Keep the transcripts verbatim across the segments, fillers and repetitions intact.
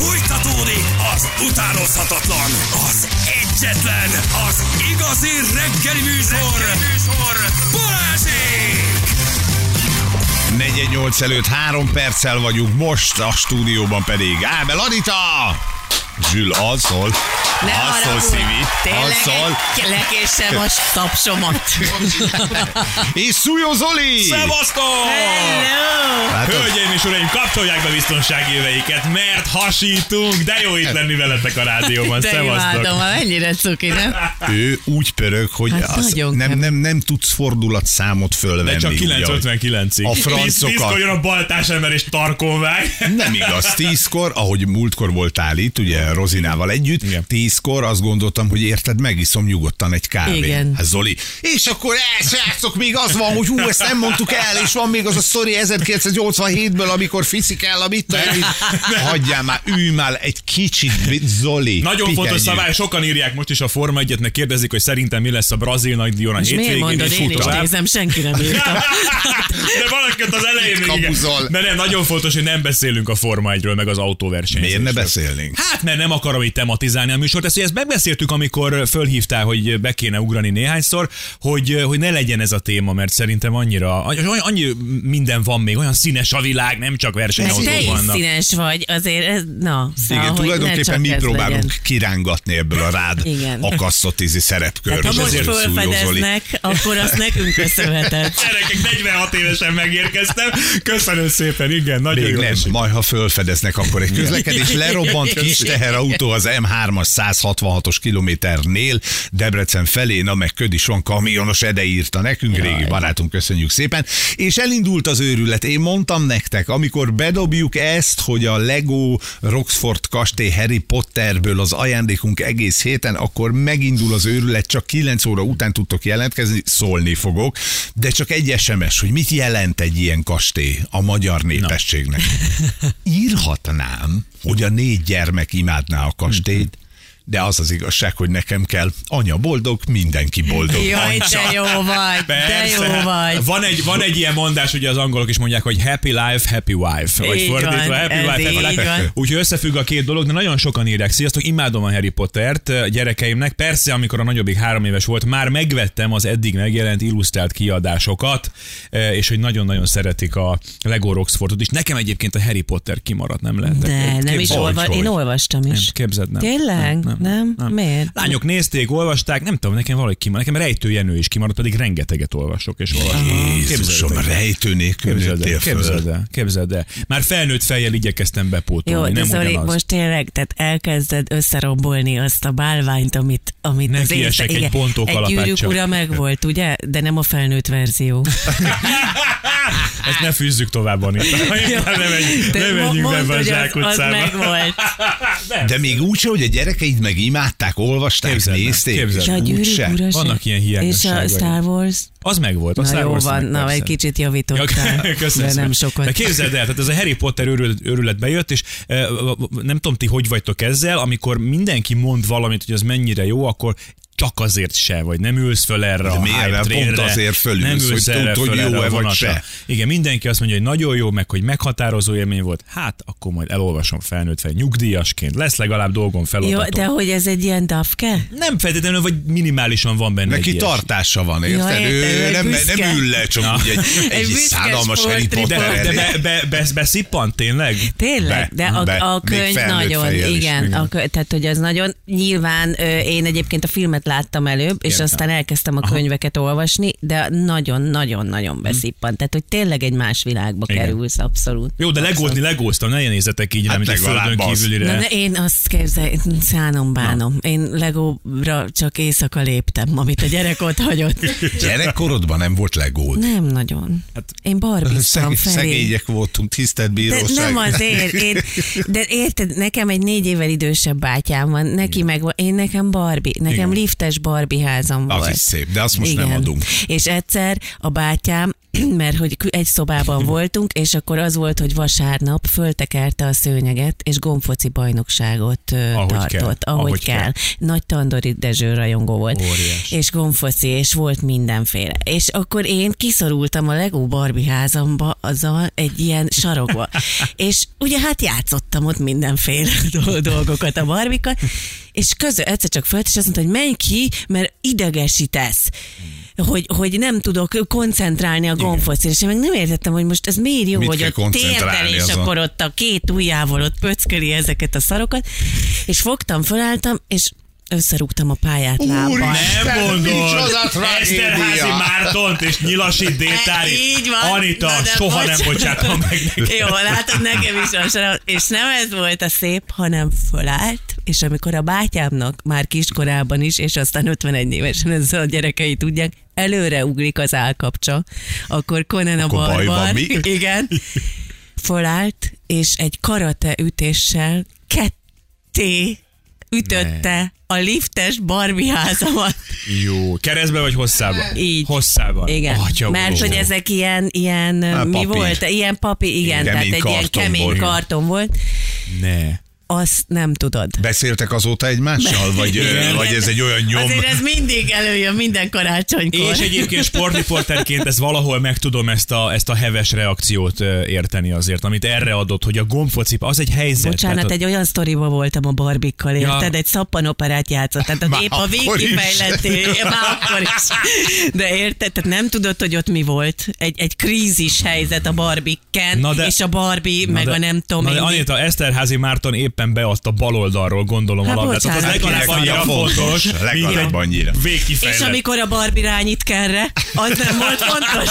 Fújtatódik az utánozhatatlan, az egyetlen, az igazi reggeli műsor, reggeli műsor. Balázsék! negyvennyolc előtt három perccel vagyunk, most a stúdióban pedig Ábel Anita! Zsül, alszol. Ne alszol, Szívi. Alszol. Lekésem a tapsomat. És Szújó Zoli. Szevasztok! Hello! Hölgyeim és uraim, kapcsolják be biztonsági jöveiket, mert hasítunk, de jó itt lenni veletek a rádióban. De Szevasztok! imádom, mennyire cuki, nem? Ő úgy pörög, hogy Hát az nem, nem, nem tudsz fordulatszámot fölvenni. De csak ugye, kilenc ötvenkilencig. A francokat. Tízkor jön a baltás ember és tarkon vág. Nem igaz, tízkor, ahogy múltkor voltál itt, ugye Rozinával együtt, igen. Tízkor azt gondoltam, hogy érted, megiszom nyugodtan egy kávét. Igen. Hát Zoli, és akkor el, srácok, még az van, hogy hú, ezt nem mondtuk el, és van még az a sztori ezerkilencszáznyolcvanhétből, amikor fiszik el a mit, hagyjál már, ülj már egy kicsit, Zoli. Nagyon fontos szabály, sokan írják most is a Forma egyetnek, kérdezik, hogy szerintem mi lesz a brazil nagydíjon a hétvégén. Miért mondod, én is nézem, senki nem írta. De valakiket az elején még igen. Mert nem, nagyon fontos, hogy nem beszélünk a Forma egyről, meg az autóversenyzésről. Miért ne beszélnénk? Hát, mert nem akarom itt tematizálni a műsort. Ezt, ezt megbeszéltük, amikor fölhívtál, hogy be kéne ugrani néhányszor, hogy, hogy ne legyen ez a téma, mert szerintem annyira, annyi minden van még, olyan színes a világ, nem csak versenyautók te vannak. is színes vagy, azért ez, na. Szóval, igen, tulajdonképpen mi próbálunk legyen. kirángatni ebből a rád igen. akasztott ízi szerepkörből. Hát, ha most fölfedeznek, akkor azt nekünk köszönheted. Gyerekek, negyvenhat évesen megérkeztem. Köszönöm szépen, igen, nagyon még jó. Nem, majd ha fölfedeznek, akkor egy közlekedés lerobbant kis teherautó az em hármas száz hatvanhatos kilométernél Debrecen felé, na meg köd is van, kamionos Ede írta nekünk, Jaj. régi barátunk, köszönjük szépen. És elindult az őrület. Én mondtam nektek, amikor bedobjuk ezt, hogy a Lego Roxford kastély Harry Potterből az ajándékunk egész héten, akkor megindul az őrület, csak kilenc óra után tudtok jelentkezni, szólni fogok, de csak egy es em es, hogy mit jelent egy ilyen kastély a magyar népességnek. Írhatnám, hogy a négy gyermek imádná a kastélyt, de az az igazság, hogy nekem kell anya boldog, mindenki boldog. Jaj, te jó vagy, te jó vagy. Van egy, van egy ilyen mondás, ugye az angolok is mondják, hogy happy life, happy wife. Vagy így fordítva, van, happy life, happy life. Úgyhogy összefügg a két dolog, de nagyon sokan írják. Sziasztok, imádom a Harry Pottert a gyerekeimnek. Persze, amikor a nagyobbik három éves volt, már megvettem az eddig megjelent illusztrált kiadásokat, és hogy nagyon-nagyon szeretik a Lego Roxfordot is. Nekem egyébként a Harry Potter kimaradt, nem lehet. De nem is olva, én olvastam is. Nem, képzeld, nem. Tényleg? Nem, nem, nem. Miért? Lányok nézték, olvasták, nem tudom, nekem valahogy kimaradt. Nekem Rejtő Jenő is kimaradt, pedig rengeteget olvasok és olvasok. Jézusom, Rejtő nélkül nőttél föl. Képzeld el, képzeld el. Már felnőtt fejjel igyekeztem bepótolni. Jó, de nem Zoli, ugyanaz. most tényleg, tehát elkezded összerombolni azt a bálványt, amit, amit nem az ész, egy pontok egy alapján Gyűrűk csak. ura megvolt, ugye? De nem a felnőtt verzió. Ezt ne fűzzük tovább, Anita. Ne menjünk, ne menjünk be a zsákutcába. Az megvolt. De még úgy, hogy a gyerekeid meg imádták, olvasták, Képzeld meg, nézték. képzeld És a meg. Gyűrűk ura se. Vannak ilyen És hiányosságai. a Star Wars? Az megvolt, a Na Star jó Wars van, meg, na persze. egy kicsit javítottál, Ja, de nem sokat. De képzeld el, tehát ez a Harry Potter őrület, őrület bejött, és e, nem tudom ti, hogy vagytok ezzel, amikor mindenki mond valamit, hogy ez mennyire jó, akkor csak azért se, vagy nem ülsz föl erre de a miért? hype trainre. Pont azért fölülsz, nem ülsz hogy erre tudd, hogy föl erre jó-e a vagy vonatra. se. Igen, mindenki azt mondja, hogy nagyon jó, meg hogy meghatározó élmény volt. Hát, akkor majd elolvasom felnőtt fel, nyugdíjasként. Lesz legalább dolgom feladatom. Jó, de hogy ez egy ilyen dafke? Nem feltétlenül, vagy minimálisan van benne. Neki egy ilyesmi. tartása van, érted? Ja, értem, ő egy nem, büszke. nem ül le, csak Na. úgy egy, egy, Egy egy büszke szánalmas Harry sportripor. Potter. De, de be, be, be, beszippant tényleg? Tényleg, Be. de a, Be. a Még könyv felnőtt nagyon, fejjel is, igen, igen. a könyv, tehát hogy az nagyon, nyilván ö, én egyébként a filmet láttam előbb, és Értem. aztán elkezdtem a Aha. könyveket olvasni, de nagyon-nagyon-nagyon beszippant, tehát hogy tényleg egy más világba Igen. kerülsz, abszolút. Jó, de legózni legóztam, ne nézzetek így, Hát nem, mint egy legalább földön az. kívülire. Na, de én azt képzelj, szánom bánom. Én Legóra csak éjszaka léptem, amit a gyerek ott hagyott. Gyerekkorodban nem volt legód. Nem nagyon. Én barbiztam Szeg, felé. szegények voltunk, tisztelt De bíróság. nem azért, én, de érted, nekem egy négy évvel idősebb bátyám van, neki meg van, én nekem Barbie, nekem Igen. lift liftes Barbie házam volt. Az is szép, de azt most Igen. nem adunk. És egyszer a bátyám, mert hogy egy szobában voltunk, és akkor az volt, hogy vasárnap föltekerte a szőnyeget, és gombfoci bajnokságot Ahogy tartott, kell. ahogy, Ahogy kell. kell. Nagy Tandori Dezső rajongó volt. Óriás. És gombfoci, és volt mindenféle. És akkor én kiszorultam a Lego Barbie házamba azzal egy ilyen sarokba. És ugye hát játszottam ott mindenféle dolgokat a Barbikat, és közül egyszer csak fölt, és azt mondta, hogy menj ki, mert idegesítesz. Hogy, hogy nem tudok koncentrálni a gombfocira, és én meg nem értettem, hogy most ez miért jó, Mit hogy kell ott koncentrálni térdel, és azon? akkor ott a két ujjával ott pöcköli ezeket a szarokat, és fogtam, fölálltam, és összerúgtam a pályát lábbal. Nem mondod, micsoda tragédia. Eszterházy Mártont és Nyilasi Détári. Így van. Anita, Na de soha nem bocsánat. bocsátom meg neki. Jó, látod, nekem is van saram. És nem ez volt a szép, hanem fölállt, és amikor a bátyámnak már kiskorában is, és aztán ötvenegy évesen ez a gyerekei tudják, előre ugrik az állkapcsa, akkor Conan a Akkor baj van, barbar, mi? igen, fölállt, és egy karate ütéssel ketté ütötte a liftes Barbie házamat. Jó. Keresztbe vagy hosszában? Így. Hosszában. Igen, Atya mert úr. hogy ezek ilyen, ilyen Há, mi papír. volt? Ilyen papír, igen, Igen, tehát kemény egy ilyen karton kemény volt. karton volt. Ne. Azt nem tudod. Beszéltek azóta egymással, vagy, ö, vagy ez egy olyan nyom? Azért ez mindig előjön minden karácsonykor. És egyébként sportriporterként ez valahol meg tudom ezt a, ezt a heves reakciót ö, érteni azért, amit erre adott, hogy a gombfoci, az egy helyzet. Bocsánat, tehát egy olyan sztoriba voltam a Barbikkal, érted? Ja. Egy szappanoperát játszott, tehát Már épp a akkor is. végkifejletté, már akkor is. De érted, tehát nem tudod, hogy ott mi volt. Egy, egy krízis helyzet a Barbikken, Na de- és a Barbie, Na meg de- a nem tudom Na én de mi. Anita, Eszterházi Márton éppen beadta bal oldalról, gondolom Hát a labdát. Tehát az bocsánat. legalább Akinek annyira fontos, fontos, legalább mint annyira. egy És végkifejlet. amikor a Barbie rányit kerre, az nem volt fontos.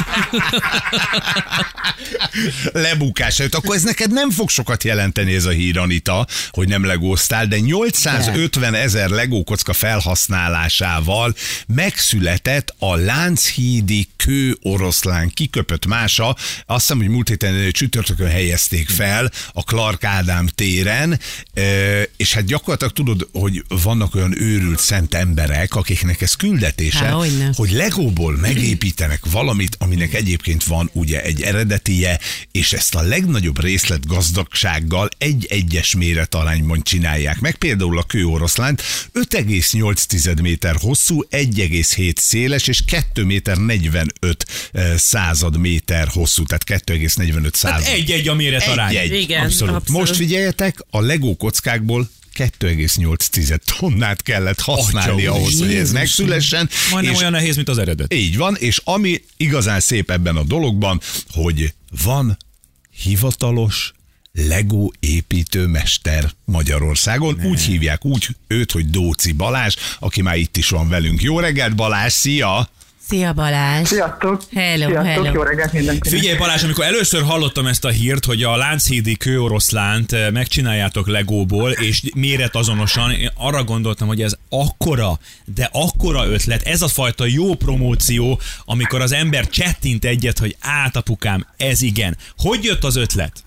Lebukás előtt. Akkor ez neked nem fog sokat jelenteni ez a hír, Anita, hogy nem legóztál, de nyolcszázötven ezer legókocka felhasználásával megszületett a Lánchídi kő oroszlán kiköpött mása. Azt hiszem, hogy múlt héten csütörtökön helyezték fel a Clark Ádám téren, és hát gyakorlatilag tudod, hogy vannak olyan őrült szent emberek, akiknek ez küldetése, Há, hogyne. hogy legóból megépítenek valamit, aminek egyébként van ugye egy eredetie, és ezt a legnagyobb részletgazdagsággal egy-egyes méretarányban csinálják meg. Például a kőoroszlánt öt egész nyolc méter hosszú, egy egész hét széles, és két méter negyvenöt század méter hosszú, tehát két egész negyvenöt század. Hát egy-egy a méretarány. Egy-egy. Igen, Abszolút. abszolút. Most figyeljetek, a Lego kockákból két egész nyolc tonnát kellett használni Atya ahhoz, hogy ez Jézusom. megszülessen. Majdnem és olyan nehéz, mint az eredet. így van, és ami igazán szép ebben a dologban, hogy van hivatalos Lego építőmester Magyarországon. Ne. Úgy hívják úgy őt, hogy Dóci Balázs, aki már itt is van velünk. Jó reggelt, Balázs, szia! Szia Balázs! Sziasztok! Hello, Sziasztok, hello. jó reggelt mindenkinek! Figyelj Balázs, amikor először hallottam ezt a hírt, hogy a Lánchídi kőoroszlánt megcsináljátok Legóból, és méretazonosan, én arra gondoltam, hogy ez akkora, de akkora ötlet, ez a fajta jó promóció, amikor az ember csettint egyet, hogy át apukám, ez igen. Hogy jött az ötlet?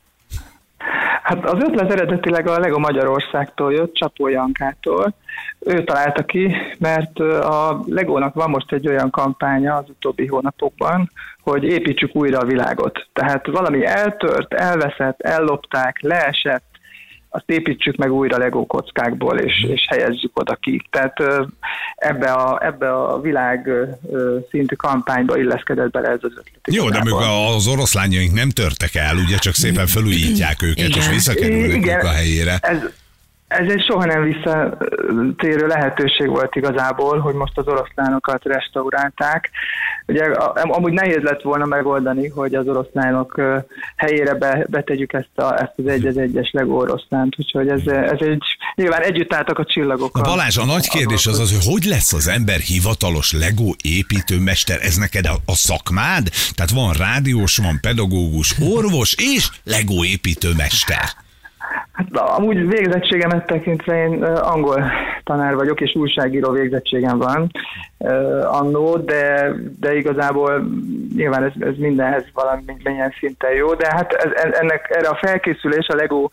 Hát az ötlet eredetileg a Lego Magyarországtól jött, Csapó Jankától. Ő találta ki, mert a Legónak van most egy olyan kampánya az utóbbi hónapokban, hogy építsük újra a világot. Tehát valami eltört, elveszett, ellopták, leesett, azt építsük meg újra Lego kockákból, és, és helyezzük oda ki. Tehát ebbe a, ebbe a világ szintű kampányba illeszkedett bele ez az ötlet. Jó, de igazából. még az oroszlányaink nem törtek el, ugye csak szépen felújítják őket, Igen. és visszakerülnek Igen, ők a helyére. Ez, ez egy soha nem visszatérő lehetőség volt igazából, hogy most az oroszlánokat restaurálták. Ugye amúgy nehéz lett volna megoldani, hogy az oroszlánok helyére be, betegyük ezt, a, ezt az egy az egyes Lego oroszlánt, úgyhogy ez, ez egy, nyilván együtt álltak a csillagok. Na Balázs, a nagy kérdés az az, hogy hogy lesz az ember hivatalos Lego építőmester? Ez neked a, a szakmád? Tehát van rádiós, van pedagógus, orvos és Lego építőmester. Hát amúgy végzettségemet tekintve én angol tanár vagyok, és újságíró végzettségem van annó, de, de igazából nyilván ez, ez mindenhez valamilyen szinten jó, de hát ez, ennek, erre a felkészülés, a Lego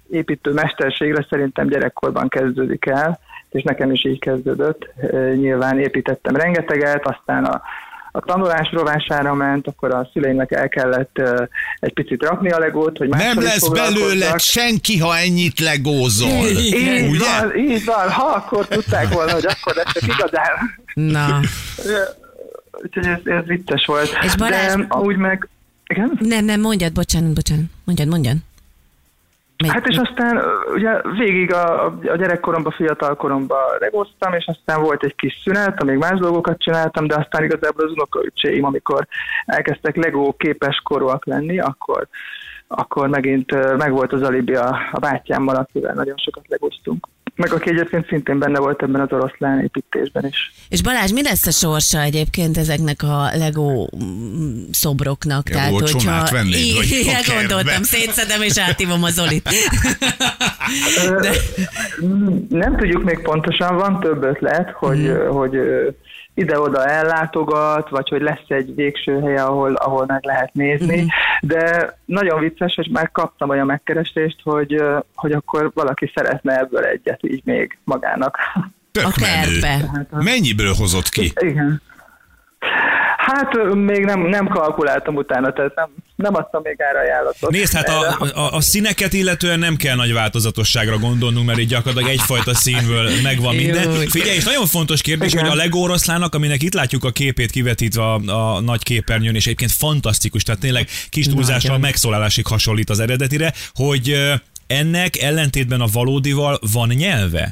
építő mesterségre szerintem gyerekkorban kezdődik el, és nekem is így kezdődött. Nyilván építettem rengeteget, aztán a, a tanulás rovására ment, akkor a szüleimnek el kellett egy picit rakni a legót, hogy nem lesz belőled senki, ha ennyit legózol. Így ugye? van, így van, ha akkor tudták volna, hogy akkor leszek igazán. Na. Úgyhogy ez, ez vicces volt. És Balázs... De úgy meg... Igen? Nem, nem, mondjad, bocsánat, bocsánat. Mondjad, mondjad. Megy. Hát és aztán ugye végig a, a gyerekkoromban, fiatalkoromban legóztam, és aztán volt egy kis szünet, amíg más dolgokat csináltam, de aztán igazából az unokaöccseim, amikor elkezdtek legó képes korúak lenni, akkor, akkor megint megvolt az alibi a, a bátyámmal, akivel nagyon sokat legóztunk. Meg aki egyébként szintén benne volt ebben az oroszlán építésben is. És Balázs, mi lesz a sorsa egyébként ezeknek a Lego szobroknak? Ja, tehát, hogyha... átvennéd, vagy igen, gondoltam, szétszedem és átívom a Zolit. De... Nem tudjuk még pontosan, van több ötlet, hogy, hmm. hogy ide-oda ellátogat, vagy hogy lesz egy végső hely, ahol, ahol meg lehet nézni, uh-huh. de nagyon vicces, hogy már kaptam olyan megkeresést, hogy, hogy akkor valaki szeretne ebből egyet így még magának. Tök a kertbe. Mennyiből hozott ki? Igen. Hát még nem, nem kalkuláltam utána, tehát nem, nem adtam még ára ajánlatot. Nézd, hát a, a, a színeket illetően nem kell nagy változatosságra gondolnunk, mert így gyakorlatilag egyfajta színből megvan minden. Figyelj, és nagyon fontos kérdés, igen, hogy a Lego oroszlának, aminek itt látjuk a képét kivetítve a, a nagy képernyőn, és egyébként fantasztikus, tehát tényleg kis túlzással megszólalásig hasonlít az eredetire, hogy ennek ellentétben a valódival van nyelve?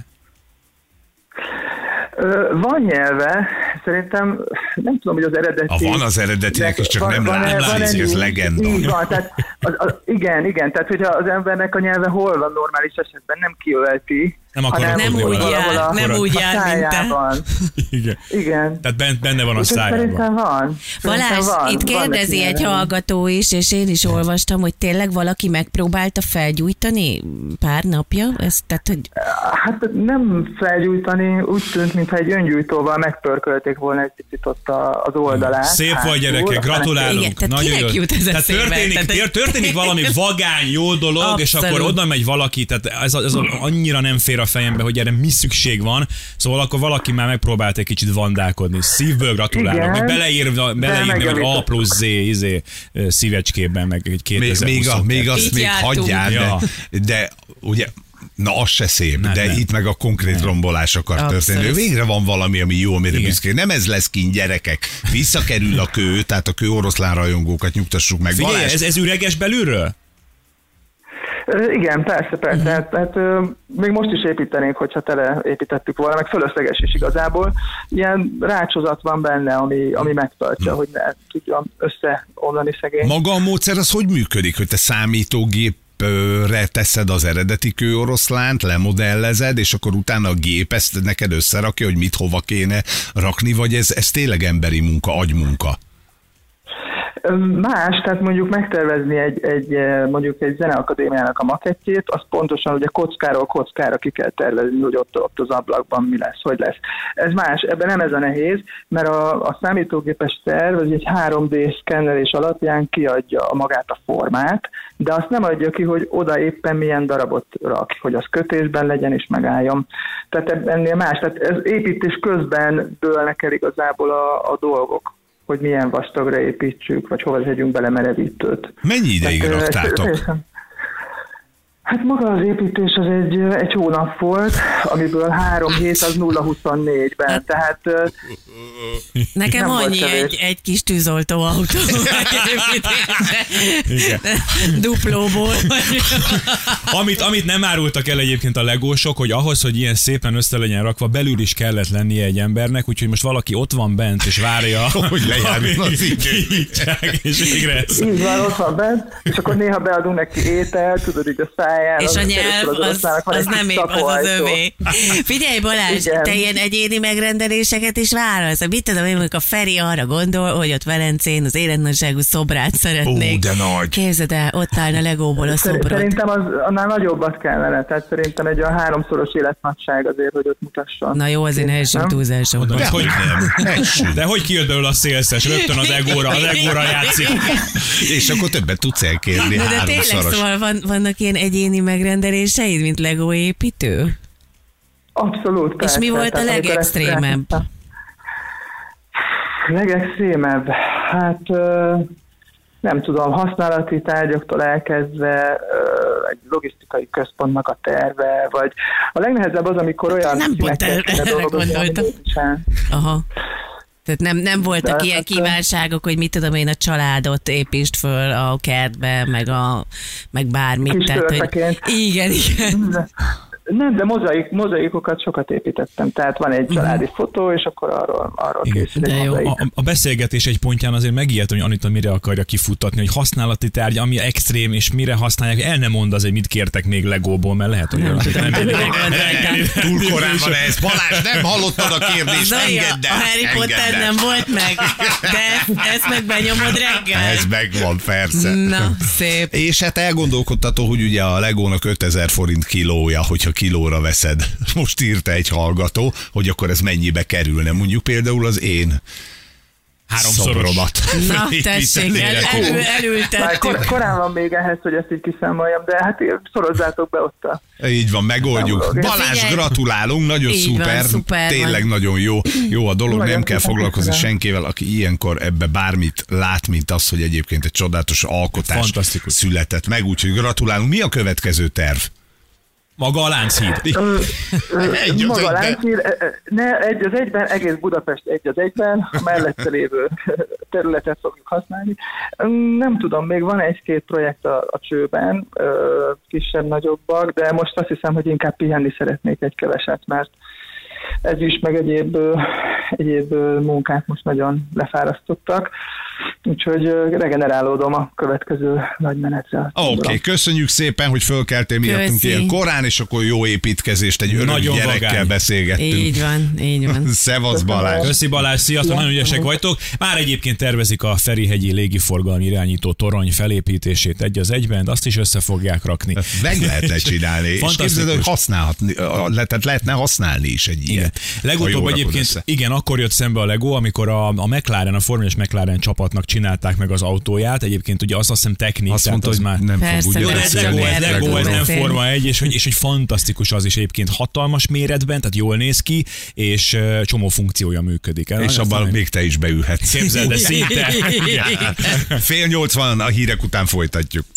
Van nyelve, szerintem nem tudom, hogy az eredeti... Ha van az eredetinek, és csak van, nem látszik, ez legenda. Így van, tehát az, az, igen, igen, tehát hogyha az embernek a nyelve hol van normális esetben, nem kiölti, nem hanem nem úgy jár, a, nem úgy jár, mint te. Igen. Igen. Tehát benne van a szájában. Szerintem van. Balázs, van, itt kérdezi van egy hallgató is, és én is olvastam, hogy tényleg valaki megpróbálta felgyújtani pár napja? Ezt, tehát, hogy... Hát nem felgyújtani, úgy tűnt, mintha egy öngyújtóval megpörkölték volna egy picit ott az oldalán. Szép vagy, gyerekek, gratulálunk. Igen, tehát nagyon jó. Jut ez tehát történik, tehát történik valami vagány, jó dolog, abszolút, és akkor oda megy valaki, tehát ez, ez annyira nem fér a fejembe, hogy erre mi szükség van, szóval akkor valaki már megpróbált egy kicsit vandálkodni. Szívből gratulálok, meg beleírni, beleírni hogy A plusz Z izé, szívecskében, meg egy kétezer-huszonkettő. Még, még azt még hagyjál, ja. de, de ugye na, az se szép, nem, de nem. Itt meg a konkrét nem. rombolás akar Abszolút. történni. Végre van valami, ami jó, amire büszkék. Nem ez lesz kint, gyerekek. Visszakerül a kő, tehát a kő oroszlán rajongókat nyugtassuk meg. Figyelj, ez, ez üreges belülről? Igen, persze, persze. Hmm. Hát, hát még most is építenénk, hogyha teleépítettük volna, meg fölösleges is igazából. Ilyen rácsozat van benne, ami, ami megtartja, hmm. hogy ne tudjam összeomlani szegény. Maga a módszer az hogy működik, hogy te számítógép re teszed az eredeti kőoroszlánt, lemodellezed, és akkor utána a gép ezt neked összerakja, hogy mit hova kéne rakni, vagy ez, ez tényleg emberi munka, agymunka? Más, tehát mondjuk megtervezni egy, egy mondjuk egy zeneakadémiának a makettjét, az pontosan ugye kockáról kockára ki kell tervezni, hogy ott, ott az ablakban mi lesz, hogy lesz. Ez más, ebben nem ez a nehéz, mert a, a számítógépes terv az egy három dé szkennelés alapján kiadja a magát a formát, de azt nem adja ki, hogy oda éppen milyen darabot rak, hogy az kötésben legyen és megálljon. Tehát ennél más, tehát ez építés közben dőlnek el igazából a, a dolgok, hogy milyen vastagra építsük, vagy hova tegyünk bele merevítőt. Mennyi ideig hát, raktátok? Hát maga az építés az egy, egy hónap volt, amiből három hét az nulla huszonnégyben, tehát nekem annyi egy, egy kis tűzoltó autó. Duplóból. amit, amit nem árultak el egyébként a legósok, hogy ahhoz, hogy ilyen szépen össze legyen rakva, belül is kellett lennie egy embernek, úgyhogy most valaki ott van bent, és várja, hogy lejárjon az idő. És végre ez. Így van, ott van bent, és akkor néha beadunk neki ételt, tudod, így a száján. És a nyelv, az, az, az nem épp az az övé. Figyelj Balázs, igen. Te ilyen egyéni megrendeléseket is válasz. Mit tudom, én mondjuk a Feri arra gondol, hogy ott Velencén az életnagyságú szobrát szeretnék. Ó, de nagy. Képzeld el, ott állna Legóból a szobrot. Szerintem az, annál nagyobbat kellene, tehát szerintem egy olyan háromszoros életnagyság azért, hogy ott mutasson. Na jó, azért ne essünk túlzásokba. De, De hogy, nem. de hogy kijött belőle a szélszes? Rögtön az egóra, az egóra játszik. És akkor többet tudsz elkérni Na, de tényleg, háromszoros. szóval van, vannak ilyen egyéni megrendeléseid, mint Lego építő? Abszolút, És persze. mi volt a Tehát amikor legextrémebb? ezt- Legextrémebb? Hát ö, nem tudom, használati tárgyaktól elkezdve ö, egy logisztikai központnak a terve, vagy a legnehezebb az, amikor olyan Nem pont színekkel kéne erre dolgozni, ami gondoltam. nincsen. Aha. Tehát nem, nem voltak De ilyen hát, kívánságok, hogy mit tudom én, a családot építsd föl a kertbe, meg, a, meg bármit. Kis Tehát, hogy... törpeként. Igen, igen. De- Nem, de mozaik, mozaikokat sokat építettem. Tehát van egy családi fotó, és akkor arról, arról Igen. készül De egy jó. mozaik. A, a beszélgetés egy pontján azért megijedt, hogy Anita mire akarja kifuttatni, hogy használati tárgy, ami extrém, és mire használják. El nem mond az, hogy mit kértek még Legóból, mert lehet, hogy Nem olyan- tudom, nem- mire gondoltál. Túl korán van ez. Balázs, nem hallottad a kérdést, Zoli, a engedd el. a Harry engedd Potter el. nem volt meg, de ezt meg benyomod reggel. Ez megvan, persze. Na, szép. És hát elgondolkodtató, hogy ugye a Legónak ötezer forint kilója, hogyha kilóra veszed. Most írta egy hallgató, hogy akkor ez mennyibe kerülne. Mondjuk például az én Háromszoros. szobromat. Na, tessék, el, elül, Már elültettük. kor, korán van még ehhez, hogy ezt így kiszámoljam, de hát szorozzátok be ott a... Így van, megoldjuk. De Balázs, figyelj. gratulálunk, nagyon Így van, szuper. szuper Tényleg van. nagyon jó. Jó a dolog, Nagyon nem kell szépen foglalkozni köszönöm. senkivel, aki ilyenkor ebbe bármit lát, mint az, hogy egyébként egy csodálatos alkotás Fantasztikus. született meg, úgyhogy gratulálunk. Mi a következő terv? Maga a Lánchíd. Ö, ö, Egy az Maga egyben. Lánchíd, ö, ö, ne, egy az egyben, egész Budapest egy az egyben, a mellette lévő területet fogjuk használni. Ö, Nem tudom, még van egy-két projekt a, a csőben, ö, kisebb-nagyobbak, de most azt hiszem, hogy inkább pihenni szeretnék egy keveset, mert ez is, meg egyéb, ö, egyéb ö, munkák most nagyon lefárasztottak. Úgyhogy ö, regenerálódom a következő nagy menetre. Oké, okay, köszönjük szépen, hogy fölkeltél miattunk Köszi. ilyen korán, és akkor jó építkezést, egy örök Nagyon gyerekkel vagány. beszélgettünk. Így van, így van. Szevasz Balázs! Köszi Balázs, sziasztok, nagyon ügyesek vagytok. Már egyébként tervezik a Ferihegyi légiforgalmi irányító torony felépítését egy az egyben, de azt is össze fogják rakni. Meg lehetne csinálni, és Fantasztikus. képzeld, hogy használhatni, le- tehát lehetne használni is egy Igen. ilyet. ha Legutóbb jól rakod egyébként, össze. igen, akkor jött szembe a Lego, amikor a, a McLaren, a Formulas McLaren csapatnak csinálták meg az autóját. Egyébként ugye azt azt hiszem technik, Azt tehát mondta, az hogy már... nem Persze, fog úgy Jó, de ez beszélni. Lego, ez Lego, Lego, ez nem beszélni. Forma egy, és hogy, és hogy fantasztikus az is egyébként hatalmas méretben, tehát jól néz ki, és uh, csomó funkciója működik. És Azt abban nem- még te is beülhetsz. Képzeld, de szinte. Fél nyolc van, a hírek után folytatjuk.